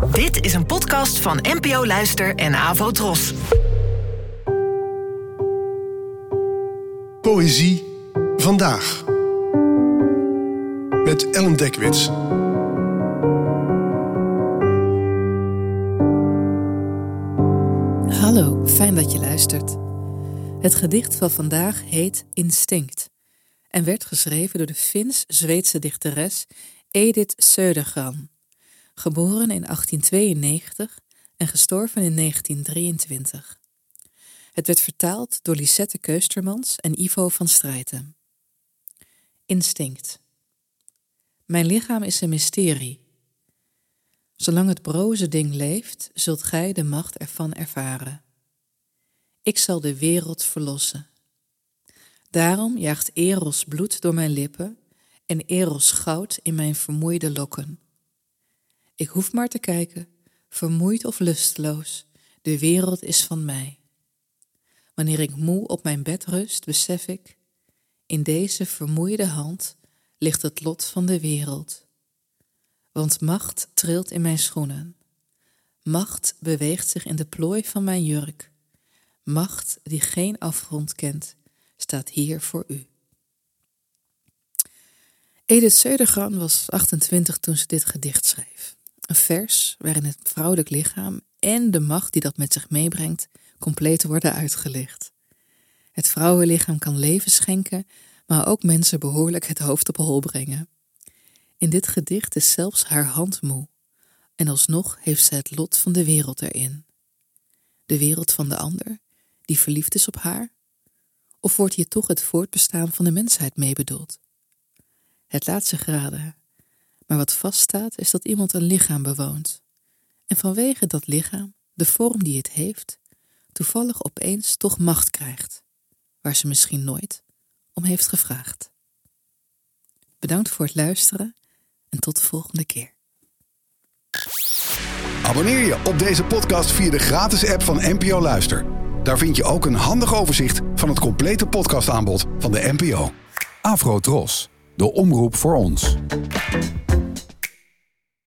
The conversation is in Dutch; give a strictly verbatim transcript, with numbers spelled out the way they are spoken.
Dit is een podcast van N P O Luister en Avo Tros. Poëzie vandaag. Met Ellen Dekwits. Hallo, fijn dat je luistert. Het gedicht van vandaag heet Instinct en werd geschreven door de Fins-Zweedse dichteres Edith Södergran, geboren in achttien tweeënnegentig en gestorven in negentien drieëntwintig. Het werd vertaald door Lisette Keustermans en Ivo van Straeten. Instinct. Mijn lichaam is een mysterie. Zolang het broze ding leeft, zult gij de macht ervan ervaren. Ik zal de wereld verlossen. Daarom jaagt Eros bloed door mijn lippen en Eros goud in mijn vermoeide lokken. Ik hoef maar te kijken, vermoeid of lusteloos, de wereld is van mij. Wanneer ik moe op mijn bed rust, besef ik, in deze vermoeide hand ligt het lot van de wereld. Want macht trilt in mijn schoenen. Macht beweegt zich in de plooi van mijn jurk. Macht die geen afgrond kent, staat hier voor u. Edith Södergran was achtentwintig toen ze dit gedicht schreef. Een vers waarin het vrouwelijk lichaam en de macht die dat met zich meebrengt compleet worden uitgelicht. Het vrouwenlichaam kan leven schenken, maar ook mensen behoorlijk het hoofd op hol brengen. In dit gedicht is zelfs haar hand moe, en alsnog heeft ze het lot van de wereld erin. De wereld van de ander, die verliefd is op haar? Of wordt hier toch het voortbestaan van de mensheid mee bedoeld? Het laat zich raden, maar wat vaststaat is dat iemand een lichaam bewoont. En vanwege dat lichaam, de vorm die het heeft, toevallig opeens toch macht krijgt, waar ze misschien nooit om heeft gevraagd. Bedankt voor het luisteren en tot de volgende keer. Abonneer je op deze podcast via de gratis app van N P O Luister. Daar vind je ook een handig overzicht van het complete podcastaanbod van de N P O. Avo Tros, de omroep voor ons.